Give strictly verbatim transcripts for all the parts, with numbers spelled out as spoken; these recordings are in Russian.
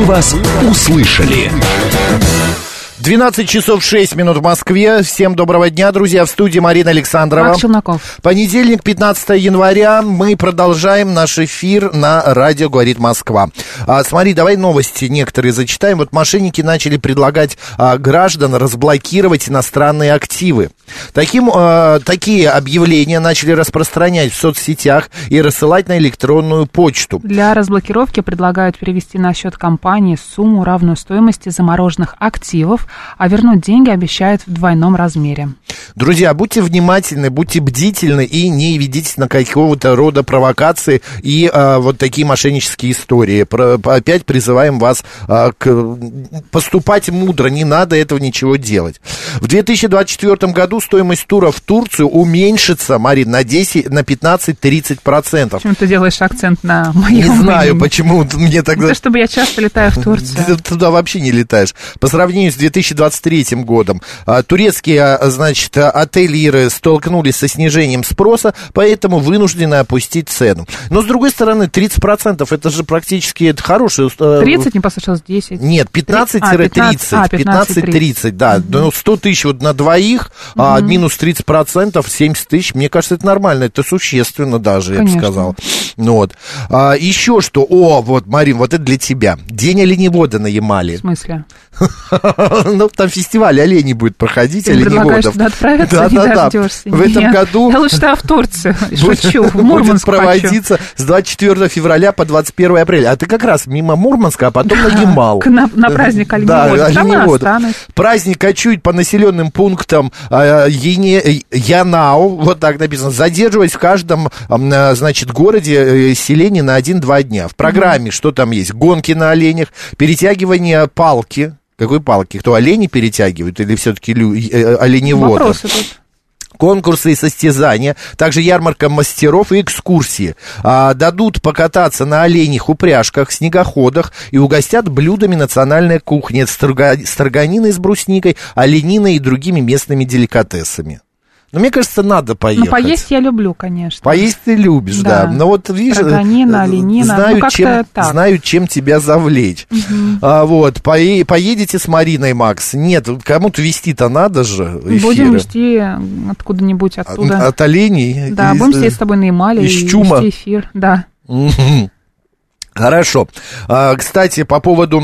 Мы вас услышали. двенадцать часов шесть минут в Москве. Всем доброго дня, друзья. В студии Марина Александрова. Марк Челноков. Понедельник, пятнадцатое января. Мы продолжаем наш эфир на радио «Говорит Москва». А, смотри, давай новости некоторые зачитаем. Вот мошенники начали предлагать а, граждан разблокировать иностранные активы. Таким, а, такие объявления начали распространять в соцсетях и рассылать на электронную почту. Для разблокировки предлагают перевести на счет компании сумму, равную стоимости замороженных активов, а вернуть деньги обещают в двойном размере. Друзья, будьте внимательны, будьте бдительны и не ведитесь на какого-то рода провокации и а, вот такие мошеннические истории. Про, опять призываем вас а, к, поступать мудро, не надо этого ничего делать. В две тысячи двадцать четвёртом году стоимость тура в Турцию уменьшится, Марин, на десять, на пятнадцать-тридцать процентов. Почему ты делаешь акцент на моем Не знаю, имени? почему мне тогда... Это чтобы я часто летаю в Турцию. Ты туда вообще не летаешь. По сравнению с две тысячи двадцать третьим годом, турецкие, значит, отельеры столкнулись со снижением спроса, поэтому вынуждены опустить цену. Но, с другой стороны, тридцать процентов, это же практически это хороший... тридцать, не послышалось, десять. Нет, пятнадцать-тридцать. пятнадцать-тридцать, да. Mm-hmm. Ну, сто тысяч вот на двоих, mm-hmm. а минус тридцать процентов, семьдесят тысяч, мне кажется, это нормально, это существенно даже, Конечно. Я бы сказал. Ну, вот. А, еще что, о, вот, Марин, вот это для тебя. День оленевода на Ямале. В смысле? Ну, там фестиваль оленей будет проходить, Ты предлагаешь оленеводов. туда отправиться, да, не да, дождешься. да. В этом Нет. году... Я лучше туда в Турцию. Шучу, в будет Мурманск проводиться с двадцать четвёртого февраля по двадцать первое апреля. А ты как раз мимо Мурманска, а потом на Ямал. На, на праздник оленевода. Да, оленевода. Там Праздник кочует по населенным пунктам э, Яне, Янау, вот так написано, задерживаясь в каждом, э, значит, городе, э, селении на один-два дня. В программе mm-hmm. что там есть? Гонки на оленях, перетягивание палки. Какой палки? Кто, олени перетягивают или все-таки лю... э, оленеводы? Вопросы тут. Конкурсы и состязания, также ярмарка мастеров и экскурсии. А, дадут покататься на оленьих упряжках, снегоходах и угостят блюдами национальной кухни. Это строга... строганина с брусникой, оленина и другими местными деликатесами. Но мне кажется, надо поехать. Ну, поесть я люблю, конечно. Поесть ты любишь, да. да. Но вот видишь, строганина, оленина, знаю, ну, чем, так. знаю, чем тебя завлечь. Угу. А, вот, пое- поедете с Мариной, Макс? Нет, кому-то везти-то надо же эфиры. Будем везти откуда-нибудь оттуда. От, от оленей? Да, из, будем сидеть с тобой на Ямале из и чума. вести эфир, да. Угу. Хорошо. А, кстати, по поводу...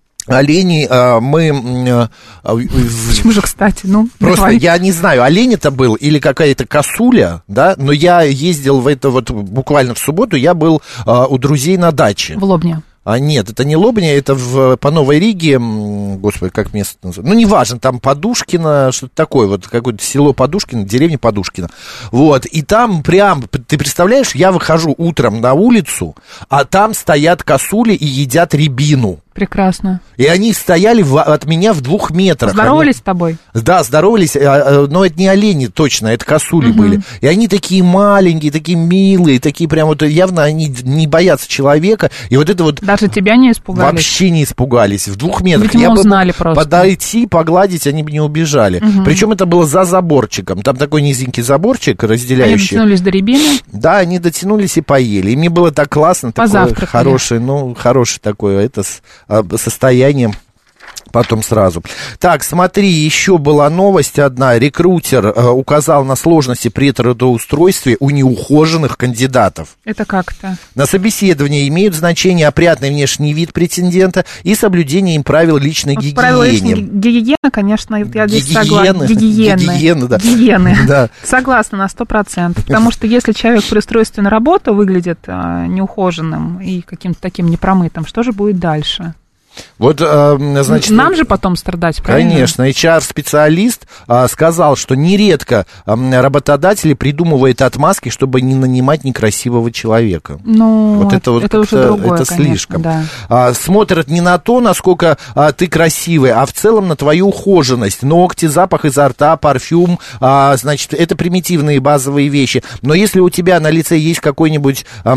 Оленей а, мы... А, Почему же, кстати? Ну, просто давай. Я не знаю, олень это был или какая-то косуля, да, но я ездил в это вот буквально в субботу, я был а, у друзей на даче. В Лобне. А нет, это не Лобня, это в, по Новой Риге, господи, как место называется, ну, неважно, там Подушкино, что-то такое, вот какое-то село Подушкино, деревня Подушкино, вот, и там прям, ты представляешь, я выхожу утром на улицу, а там стоят косули и едят рябину. Прекрасно. И они стояли в, от меня в двух метрах. Здоровались они, с тобой? Да, здоровались, но это не олени точно, это косули угу. были. И они такие маленькие, такие милые, такие прям вот, явно они не боятся человека. И вот это вот... Даже тебя не испугались? Вообще не испугались. В двух метрах. Видимо, я узнали бы просто. Подойти, погладить, они бы не убежали. Угу. Причем это было за заборчиком. Там такой низенький заборчик, разделяющий. Они дотянулись до рябины? Да, они дотянулись и поели. И мне было так классно. Такое хорошее, ну, хорошее такое это состояние. Потом сразу. Так, смотри, еще была новость одна. Рекрутер э, указал на сложности при трудоустройстве у неухоженных кандидатов. Это как-то? На собеседовании имеют значение опрятный внешний вид претендента и соблюдение им правил личной вот гигиены. Правила личной гигиены, конечно, я здесь согласна. Гигиены. Гигиены, да. Гигиены. Да. Согласна на сто процентов. Потому что если человек при устройстве на работу выглядит э, неухоженным и каким-то таким непромытым, что же будет дальше? Вот, э, значит... Нам же потом страдать, правильно? Конечно. эйч ар-специалист э, сказал, что нередко э, работодатели придумывают отмазки, чтобы не нанимать некрасивого человека. Ну, вот это, вот это уже другое, это конечно, слишком. Да. А, смотрят не на то, насколько а, ты красивый, а в целом на твою ухоженность. Ногти, запах изо рта, парфюм. А, значит, это примитивные базовые вещи. Но если у тебя на лице есть какой-нибудь а,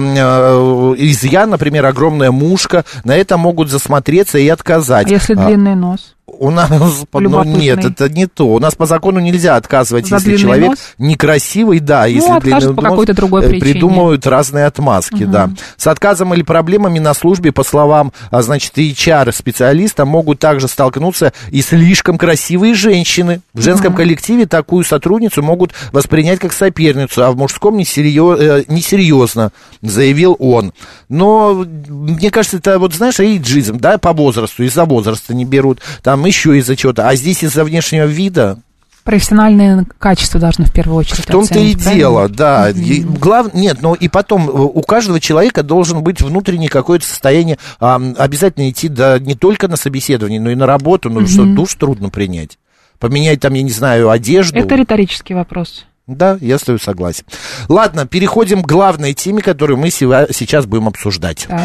а, изъян, например, огромная мушка, на это могут засмотреться и отказать. А если длинный нос? У нас, ну, нет, это не то. У нас по закону нельзя отказывать, За если человек нос? некрасивый, да, Ну, если откажут по какой-то другой причине. Придумывают разные отмазки, угу. да. С отказом или проблемами на службе, по словам, значит, эйч ар-специалиста, могут также столкнуться и слишком красивые женщины. В женском угу. коллективе такую сотрудницу могут воспринять как соперницу, а в мужском несерьезно, несерьезно, заявил он. Но, мне кажется, это, вот знаешь, эйджизм, да, по возрасту, из-за возраста не берут, там еще из-за чего-то, а здесь из-за внешнего вида. Профессиональные качества должны в первую очередь оценить. В том-то и правильно? Дело, да. Mm-hmm. Глав... Нет, но и потом у каждого человека должен быть внутреннее какое-то состояние, а, обязательно идти да, не только на собеседование, но и на работу, ну mm-hmm. что, душ трудно принять. Поменять там, я не знаю, одежду. Это риторический вопрос. Да, я с тобой согласен. Ладно, переходим к главной теме, которую мы сейчас будем обсуждать. Так.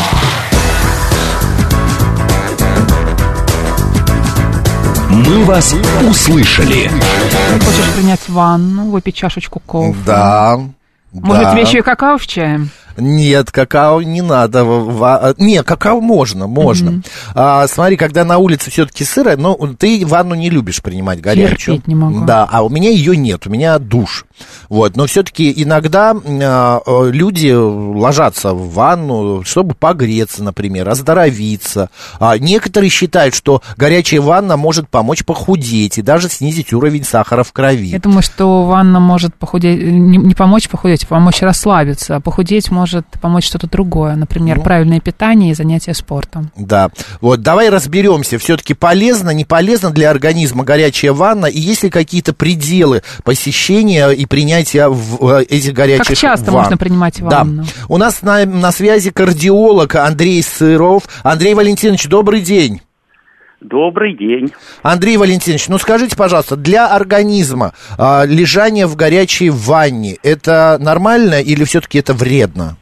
Мы вас услышали. Ты хочешь принять ванну, выпить чашечку кофе? Да. Может, да. тебе еще и какао в чае? Нет, какао не надо. Не, какао можно, можно. Mm-hmm. А, смотри, когда на улице все-таки сыро, но ты ванну не любишь принимать горячую. Терпеть не могу. Да, а у меня ее нет, у меня душ. Вот, но все-таки иногда а, люди ложатся в ванну, чтобы погреться, например, оздоровиться. А некоторые считают, что горячая ванна может помочь похудеть и даже снизить уровень сахара в крови. Я думаю, что ванна может похудеть, не, не помочь похудеть, а помочь расслабиться. А похудеть может помочь что-то другое, например, ну, правильное питание и занятия спортом. Да, вот давай разберемся, все-таки полезно, не полезно для организма горячая ванна, и есть ли какие-то пределы посещения и принятия в этих горячих ванн? Как часто ванн? Можно принимать ванну? Да. У нас на, на связи кардиолог Андрей Сыров. Андрей Валентинович, добрый день. Добрый день. Андрей Валентинович, ну скажите, пожалуйста, для организма а, лежание в горячей ванне, это нормально или все-таки это вредно?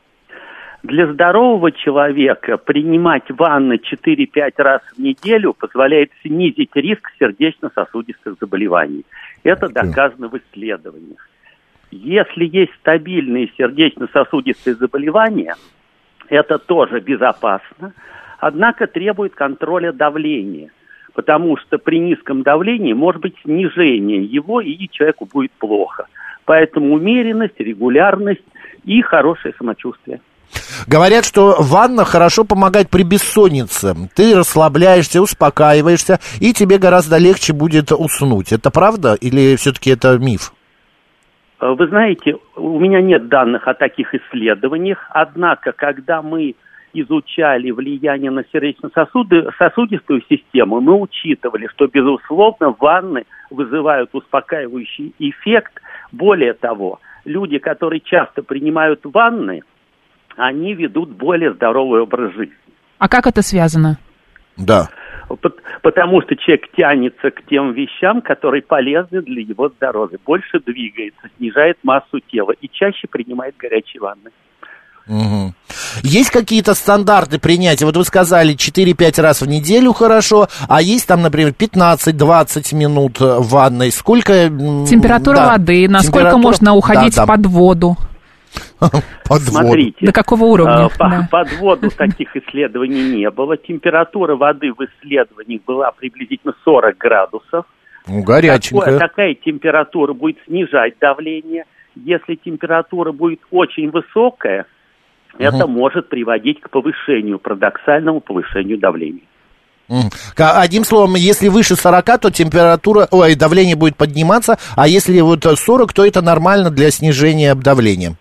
Для здорового человека принимать ванны четыре-пять раз в неделю позволяет снизить риск сердечно-сосудистых заболеваний. Это доказано в исследованиях. Если есть стабильные сердечно-сосудистые заболевания, это тоже безопасно. Однако требует контроля давления, потому что при низком давлении может быть снижение его, и человеку будет плохо. Поэтому умеренность, регулярность и хорошее самочувствие. Говорят, что ванна хорошо помогает при бессоннице. Ты расслабляешься, успокаиваешься, и тебе гораздо легче будет уснуть. Это правда или все-таки это миф? Вы знаете, у меня нет данных о таких исследованиях, однако, когда мы изучали влияние на сердечно-сосудистую систему, мы учитывали, что, безусловно, ванны вызывают успокаивающий эффект. Более того, люди, которые часто принимают ванны, они ведут более здоровый образ жизни. А как это связано? Да. Потому что человек тянется к тем вещам, которые полезны для его здоровья. Больше двигается, снижает массу тела и чаще принимает горячие ванны. Угу. Есть какие-то стандарты принятия? Вот вы сказали четыре-пять раз в неделю хорошо, а есть там, например, пятнадцать-двадцать минут в ванной. Сколько... Температура да, воды, насколько температура... можно уходить да, да. под воду? Под Смотрите, до какого уровня? По, да. Под воду таких исследований не было. Температура воды в исследованиях была приблизительно сорок градусов. Ну, горяченькая. Такое, такая температура будет снижать давление. Если температура будет очень высокая, угу. это может приводить к повышению, парадоксальному повышению давления. Одним словом, если выше сорока, то температура, ой, давление будет подниматься, а если вот сорок, то это нормально для снижения давления.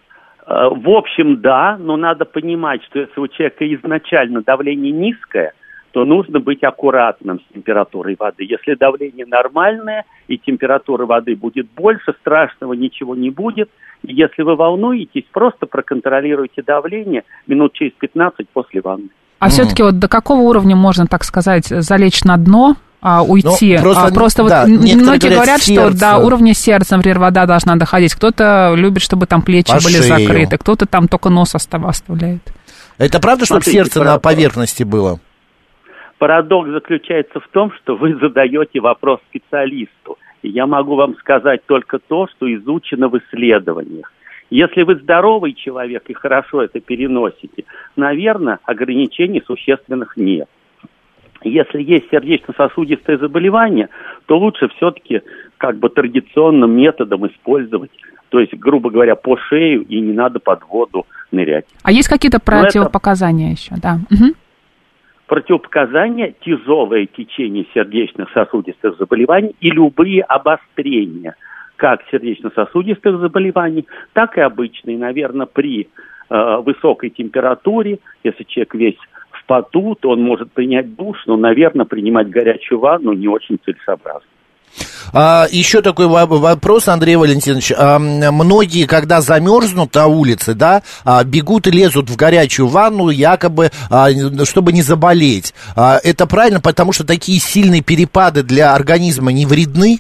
В общем, да, но надо понимать, что если у человека изначально давление низкое, то нужно быть аккуратным с температурой воды. Если давление нормальное и температура воды будет больше, страшного ничего не будет. И если вы волнуетесь, просто проконтролируйте давление минут через пятнадцать после ванны. А mm. все-таки вот до какого уровня можно, так сказать, залечь на дно, а, уйти? Ну, просто а, просто да, вот многие говорят, говорят что до уровня сердца, например, вода должна доходить. Кто-то любит, чтобы там плечи По были шею. закрыты, кто-то там только нос оставляет. Это правда, чтобы Смотрите, сердце парадокс. на поверхности было? Парадокс заключается в том, что вы задаете вопрос специалисту. И я могу вам сказать только то, что изучено в исследованиях. Если вы здоровый человек и хорошо это переносите, наверное, ограничений существенных нет. Если есть сердечно-сосудистое заболевание, то лучше все-таки как бы традиционным методом использовать. То есть, грубо говоря, по шею, и не надо под воду нырять. А есть какие-то противопоказания это... еще? Да. Угу. Противопоказания – тяжелое течение сердечно-сосудистых заболеваний и любые обострения, как сердечно-сосудистых заболеваний, так и обычные. Наверное, при э, высокой температуре, если человек весь в поту, то он может принять душ, но, наверное, принимать горячую ванну не очень целесообразно. А, еще такой вопрос, Андрей Валентинович. А, многие, когда замерзнут на улице, да, а, бегут и лезут в горячую ванну, якобы, а, чтобы не заболеть. А, это правильно, потому что такие сильные перепады для организма не вредны?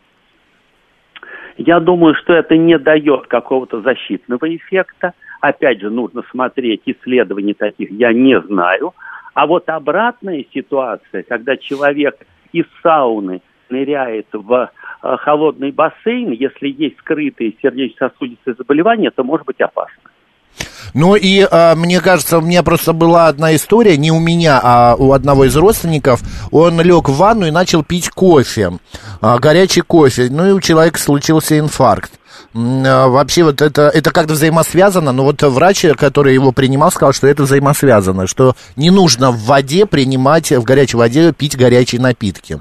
Я думаю, что это не дает какого-то защитного эффекта. Опять же, нужно смотреть, исследований таких я не знаю. А вот обратная ситуация, когда человек из сауны ныряет в э, холодный бассейн, если есть скрытые сердечно-сосудистые заболевания, то может быть опасно. Ну и а, мне кажется, у меня просто была одна история, не у меня, а у одного из родственников. Он лег в ванну и начал пить кофе, а, горячий кофе. Ну и у человека случился инфаркт. А, вообще вот это, это как-то взаимосвязано, но вот врач, который его принимал, сказал, что это взаимосвязано, что не нужно в воде принимать, в горячей воде пить горячие напитки.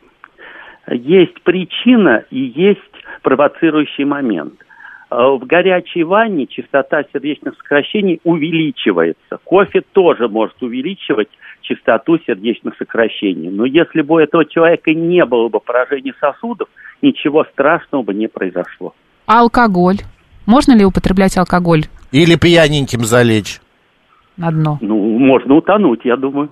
Есть причина и есть провоцирующий момент. В горячей ванне частота сердечных сокращений увеличивается. Кофе тоже может увеличивать частоту сердечных сокращений. Но если бы у этого человека не было бы поражения сосудов, ничего страшного бы не произошло. А алкоголь? Можно ли употреблять алкоголь? Или пьяненьким залечь? На дно. Ну, можно утонуть, я думаю.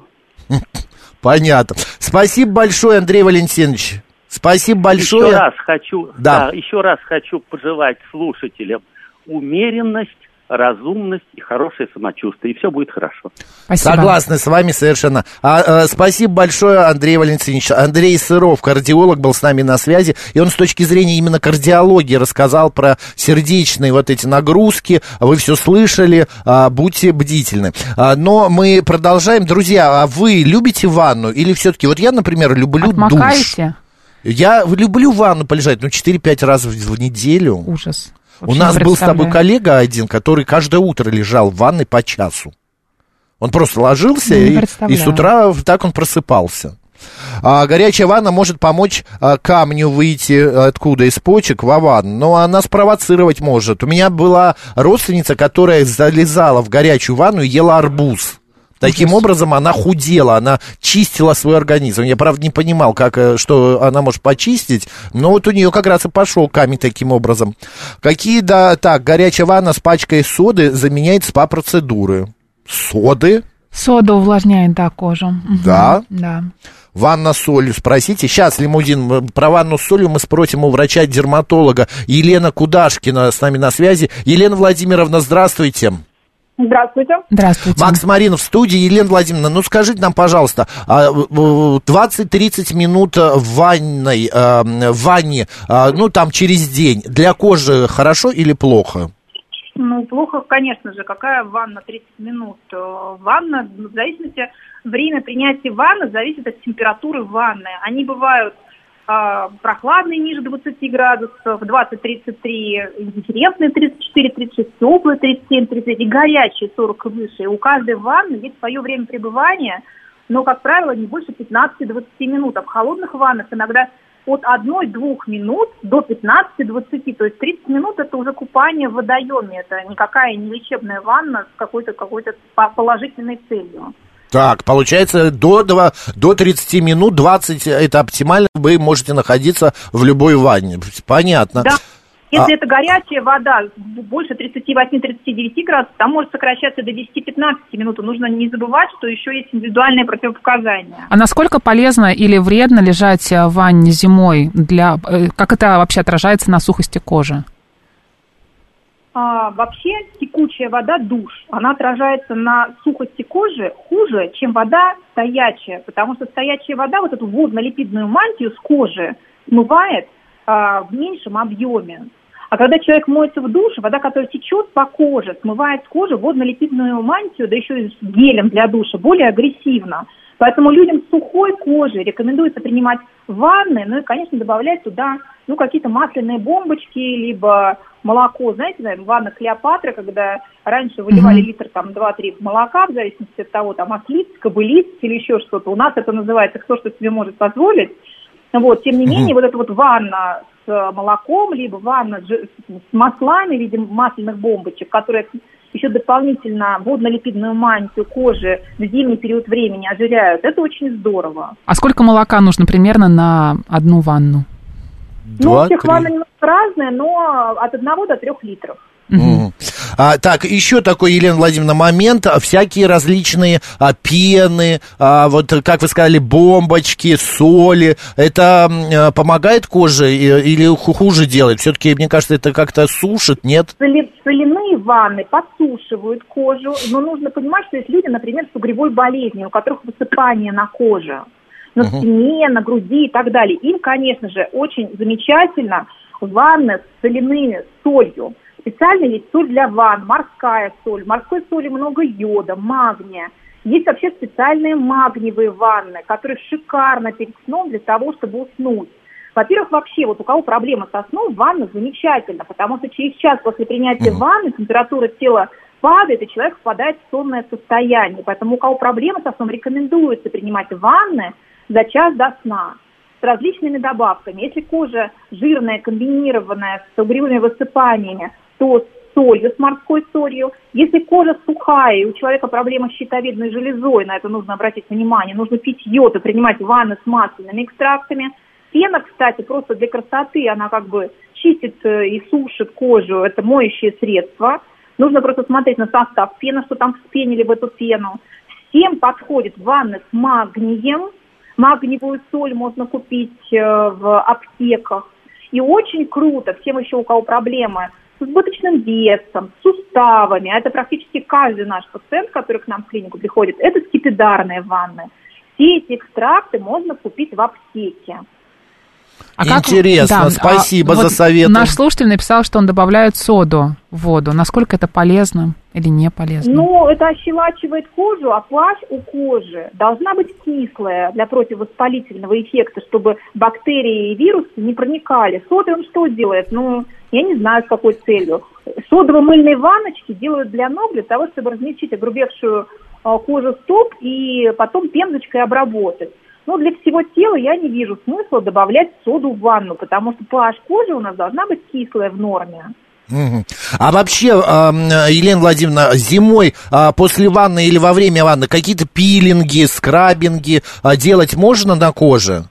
Понятно. Спасибо большое, Андрей Валентинович. Спасибо большое. Еще раз хочу, да. Да, еще раз хочу пожелать слушателям умеренность, разумность и хорошее самочувствие, и все будет хорошо. Спасибо. Согласны с вами совершенно. А, а, спасибо большое, Андрей Валентинович. Андрей Сыров, кардиолог, был с нами на связи, и он с точки зрения именно кардиологии рассказал про сердечные вот эти нагрузки. Вы все слышали, а, будьте бдительны. А, но мы продолжаем. Друзья, а вы любите ванну или все-таки, вот я, например, люблю Отмокаете? душ. Я люблю в ванну полежать, ну, четыре-пять раз в, в неделю. Ужас. У нас был с тобой коллега один, который каждое утро лежал в ванной по часу. Он просто ложился, и, и с утра так он просыпался. А, горячая ванна может помочь а, камню выйти откуда из почек во ванну, но она спровоцировать может. У меня была родственница, которая залезала в горячую ванну и ела арбуз. Таким Ужас. образом, она худела, она чистила свой организм. Я, правда, не понимал, как, что она может почистить, но вот у нее как раз и пошел камень таким образом. Какие, да, так, горячая ванна с пачкой соды заменяет спа-процедуры. Соды? Сода увлажняет, да, кожу. Да? Угу, да. Ванна с солью, спросите. Сейчас, Лимузин, про ванну с солью мы спросим у врача-дерматолога. Елена Кудашкина с нами на связи. Елена Владимировна, здравствуйте. Здравствуйте. Здравствуйте. Макс Маринов в студии. Елена Владимировна, ну скажите нам, пожалуйста, двадцать-тридцать минут в ванной, в ванне, ну там через день, для кожи хорошо или плохо? Ну, плохо, конечно же. Какая ванна тридцать минут? Ванна, в зависимости, время принятия ванны зависит от температуры ванны. Они бывают прохладные ниже двадцати градусов, двадцать-тридцать три, индифферентные тридцать четыре тридцать шесть, теплые тридцать семь тридцать пять и горячие сорок и выше. И у каждой ванны есть свое время пребывания, но, как правило, не больше пятнадцати-двадцати минут. А в холодных ваннах иногда от одной-двух минут до пятнадцати-двадцати. То есть тридцать минут – это уже купание в водоеме. Это никакая не лечебная ванна с какой-то, какой-то положительной целью. Так, получается, до, до тридцати минут, двадцать это оптимально, вы можете находиться в любой ванне. Понятно. Да. Если а... это горячая вода, больше тридцати восьми - тридцати девяти градусов, там может сокращаться до десяти-пятнадцати минут. Нужно не забывать, что еще есть индивидуальные противопоказания. А насколько полезно или вредно лежать в ванне зимой? Для... Как это вообще отражается на сухости кожи? А, вообще текучая вода, душ, она отражается на сухости кожи хуже, чем вода стоячая, потому что стоячая вода вот эту водно-липидную мантию с кожи смывает а, в меньшем объеме. А когда человек моется в душе, вода, которая течет по коже, смывает с кожи водно-липидную мантию, да еще и с гелем для душа, более агрессивно. Поэтому людям с сухой кожей рекомендуется принимать ванны, ну и, конечно, добавлять туда ну, какие-то масляные бомбочки, либо молоко. Знаете, наверное, ванна Клеопатра, когда раньше выливали mm-hmm. литр, там, два-три молока, в зависимости от того, там, ослиц, кобылиц или еще что-то. У нас это называется кто что себе может позволить. Вот, тем не менее, mm-hmm. вот эта вот ванна с молоком, либо ванна с маслами в виде масляных бомбочек, которые еще дополнительно водно-липидную мантию кожи в зимний период времени ожиряют, это очень здорово. А сколько молока нужно примерно на одну ванну? Ну, у всех ванны немного разные, но от одного до трех литров. Угу. А, так, еще такой, Елена Владимировна, момент. Всякие различные а, пены, а, вот, как вы сказали, бомбочки, соли. Это а, помогает коже или хуже делает? Все-таки, мне кажется, это как-то сушит, нет? Соли, соляные ванны подсушивают кожу, но нужно понимать, что есть люди, например, с угревой болезнью, у которых высыпание на коже, на uh-huh. спине, на груди и так далее. Им, конечно же, очень замечательно ванны с соляными, с солью. Специально есть соль для ванн, морская соль. В морской соли много йода, магния. Есть вообще специальные магниевые ванны, которые шикарно перед сном для того, чтобы уснуть. Во-первых, вообще, вот у кого проблемы со сном, ванна замечательна, потому что через час после принятия uh-huh. ванны температура тела падает, и человек впадает в сонное состояние. Поэтому у кого проблемы со сном, рекомендуется принимать ванны за час до сна с различными добавками. Если кожа жирная, комбинированная, с угревыми высыпаниями, то с солью, с морской солью. Если кожа сухая, и у человека проблема с щитовидной железой, на это нужно обратить внимание, нужно пить йод и принимать ванны с масляными экстрактами. Пена, кстати, просто для красоты, она как бы чистит и сушит кожу, это моющее средство. Нужно просто смотреть на состав пены, что там вспенили в эту пену. Всем подходит ванны с магнием. Магниевую соль можно купить в аптеках. И очень круто, всем еще, у кого проблемы с избыточным весом, с суставами, а это практически каждый наш пациент, который к нам в клинику приходит, это скипидарные ванны. Все эти экстракты можно купить в аптеке. А Интересно, как... да, спасибо а за вот совет. Наш слушатель написал, что он добавляет соду в воду. Насколько это полезно или не полезно? Ну, это ощелачивает кожу, а pH у кожи должна быть кислая для противовоспалительного эффекта, чтобы бактерии и вирусы не проникали. Сода он что делает? Ну, я не знаю, с какой целью. Содово-мыльные ванночки делают для ног, для того, чтобы размягчить огрубевшую кожу стоп и потом пензочкой обработать. Но для всего тела я не вижу смысла добавлять соду в ванну, потому что pH кожи у нас должна быть кислая в норме. Угу. А вообще, Елена Владимировна, зимой после ванны или во время ванны какие-то пилинги, скрабинги делать можно на коже?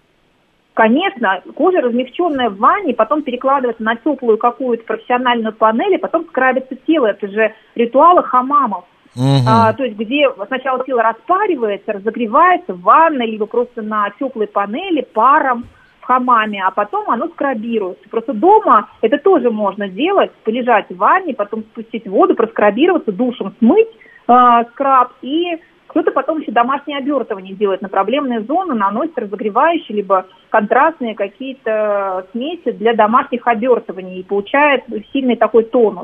Конечно, кожа, размягченная в ванне, потом перекладывается на теплую какую-то профессиональную панель, и потом скрабится тело. Это же ритуалы хамамов. Uh-huh. А, то есть где сначала тело распаривается, разогревается в ванной, либо просто на теплой панели паром в хамаме, а потом оно скрабируется. Просто дома это тоже можно делать, полежать в ванне, потом спустить воду, проскрабироваться, душем смыть э, скраб, и кто-то потом еще домашнее обертывание делает на проблемные зоны, наносит разогревающие либо контрастные какие-то смеси для домашних обертываний и получает сильный такой тонус.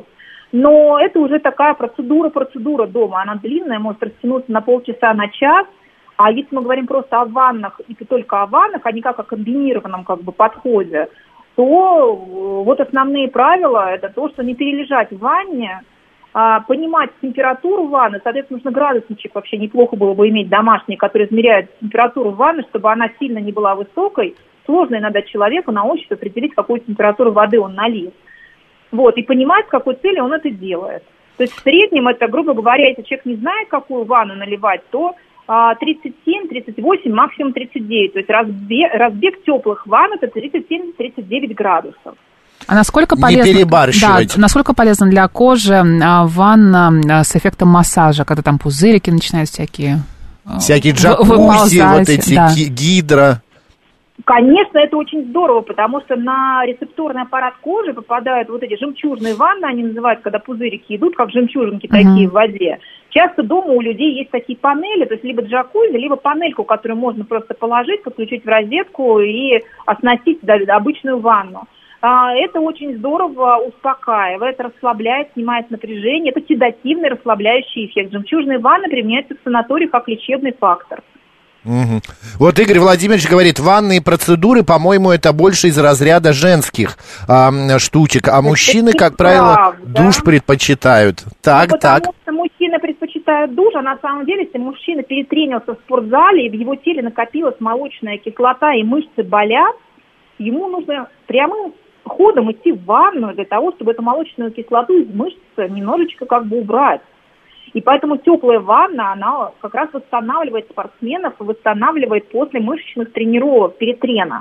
Но это уже такая процедура-процедура дома. Она длинная, может растянуться на полчаса, на час. А если мы говорим просто о ваннах, и только о ваннах, а не как о комбинированном как бы подходе, то вот основные правила – это то, что не перележать в ванне, а понимать температуру ванны. Соответственно, нужно градусничек вообще неплохо было бы иметь домашний, который измеряет температуру ванны, чтобы она сильно не была высокой. Сложно иногда человеку на ощупь определить, какую температуру воды он налил. Вот, и понимать, с какой целью он это делает. То есть в среднем это, грубо говоря, если человек не знает, какую ванну наливать, то а, тридцать семь - тридцать восемь, максимум тридцать девять. То есть разбег, разбег теплых ванн это тридцать семь - тридцать девять градусов. А насколько полезно, не перебарщивать. Да, насколько полезно для кожи а, ванна с эффектом массажа, когда там пузырики начинают всякие... Всякие джакузи, вот эти да. гидро... Конечно, это очень здорово, потому что на рецепторный аппарат кожи попадают вот эти жемчужные ванны, они называются, когда пузырики идут, как жемчужинки uh-huh. такие в воде. Часто дома у людей есть такие панели, то есть либо джакузи, либо панельку, которую можно просто положить, подключить в розетку и оснастить обычную ванну. Это очень здорово успокаивает, расслабляет, снимает напряжение. Это седативный расслабляющий эффект. Жемчужные ванны применяются в санатории как лечебный фактор. Угу. Вот Игорь Владимирович говорит, ванные процедуры, по-моему, это больше из разряда женских а, штучек, а это мужчины, как правило, правда. душ предпочитают. Так, ну, так. Потому что мужчины предпочитают душ, а на самом деле, если мужчина перетренился в спортзале, и в его теле накопилась молочная кислота, и мышцы болят, ему нужно прямым ходом идти в ванную для того, чтобы эту молочную кислоту из мышц немножечко как бы убрать. И поэтому теплая ванна, она как раз восстанавливает спортсменов, восстанавливает после мышечных тренировок, перетрена.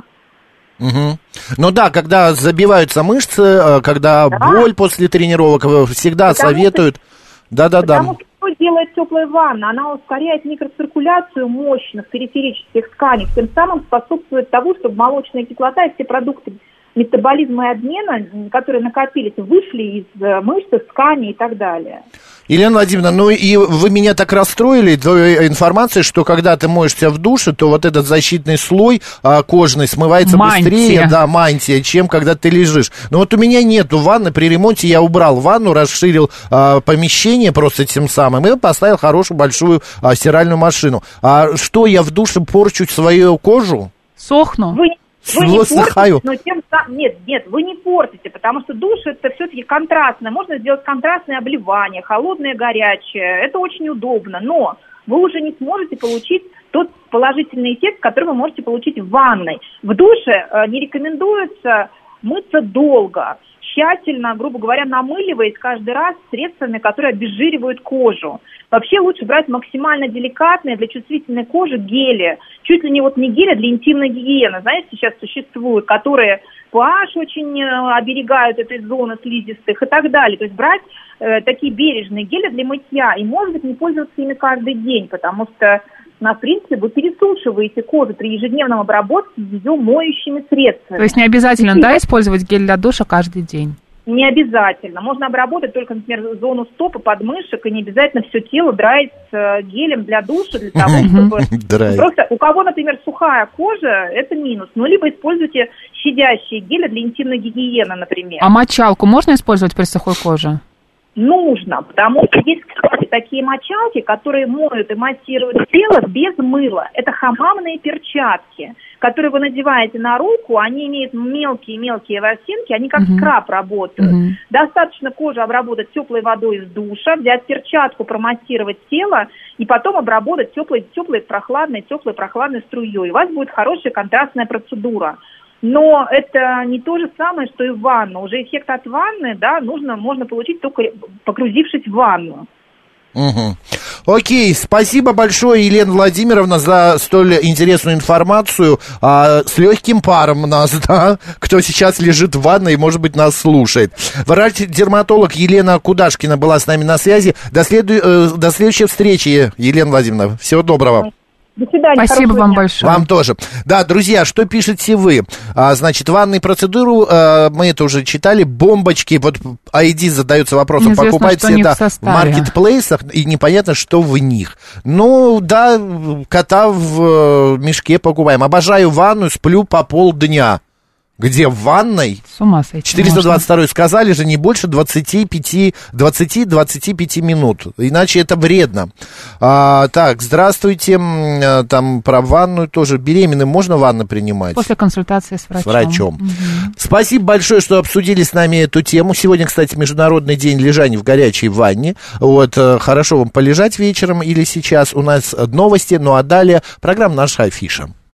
Угу. Ну да, когда забиваются мышцы, когда да. боль после тренировок, всегда потому советуют. Да-да-да. Потому что что делает теплая ванна? Она ускоряет микроциркуляцию мощных периферических тканей, тем самым способствует тому, чтобы молочная кислота и все продукты метаболизма и обмена, которые накопились, вышли из мышц, тканей и так далее. Елена Владимировна, ну и вы меня так расстроили той информацией, что когда ты моешься в душе, то вот этот защитный слой а, кожный смывается мантия. быстрее, да, мантия, чем когда ты лежишь. Но вот у меня нету ванны, при ремонте я убрал ванну, расширил а, помещение просто тем самым и поставил хорошую большую а, стиральную машину. А что, я в душе порчу свою кожу? Сохну. Вы... Вы не портите, но тем самым... Нет, нет, вы не портите, потому что душ это все-таки контрастное. Можно сделать контрастное обливание, холодное, горячее. Это очень удобно, но вы уже не сможете получить тот положительный эффект, который вы можете получить в ванной. В душе э, не рекомендуется мыться долго, тщательно, грубо говоря, намыливаясь каждый раз средствами, которые обезжиривают кожу. Вообще лучше брать максимально деликатные для чувствительной кожи гели. Чуть ли не вот не гели для интимной гигиены. Знаете, сейчас существуют, которые pH очень оберегают этой зоны слизистых и так далее. То есть брать э, такие бережные гели для мытья. И, может быть, не пользоваться ими каждый день, потому что, на принципе, вы пересушиваете кожу при ежедневном обработке ее моющими средствами. То есть не обязательно, и да, использовать гель для душа каждый день? Не обязательно. Можно обработать только, например, зону стопы, подмышек, и не обязательно все тело драить гелем для душа, для того, чтобы... Просто у кого, например, сухая кожа, это минус. Ну, либо используйте щадящие гели для интимной гигиены, например. А мочалку можно использовать при сухой коже? Нужно, потому что есть, кстати, такие мочалки, которые моют и массируют тело без мыла. Это хамамные перчатки, которые вы надеваете на руку, они имеют мелкие-мелкие ворсинки, они как uh-huh. скраб работают. Uh-huh. Достаточно кожу обработать теплой водой из душа, взять перчатку, промассировать тело, и потом обработать теплой, теплой, прохладной, теплой, прохладной струей. У вас будет хорошая контрастная процедура. Но это не то же самое, что и в ванну. Уже эффект от ванны, да, нужно, можно получить только погрузившись в ванну. Угу. Окей, спасибо большое, Елена Владимировна, за столь интересную информацию. А, с легким паром у нас, да, кто сейчас лежит в ванной и, может быть, нас слушает. Врач-дерматолог Елена Кудашкина была с нами на связи. До, следу... До следующей встречи, Елена Владимировна. Всего доброго. До свидания. Спасибо вам дня. большое. Вам тоже. Да, друзья, что пишете вы? А, значит, ванную процедуру, а, мы это уже читали, бомбочки, вот ай ди задается вопросом, неизвестно, покупайте это в, в маркетплейсах, и непонятно, что в них. Ну, да, кота в мешке покупаем. Обожаю ванную, сплю по полдня. Где в ванной? С ума сойти четыреста двадцать два сказали же, не больше двадцати пяти, двадцати-двадцати пяти минут. Иначе это вредно. А, так, здравствуйте. Там про ванную тоже. Беременным можно ванну принимать? После консультации с врачом. С врачом. Угу. Спасибо большое, что обсудили с нами эту тему. Сегодня, кстати, Международный день лежания в горячей ванне. Вот, хорошо вам полежать вечером или сейчас. У нас новости, ну а далее программа «Наша афиша».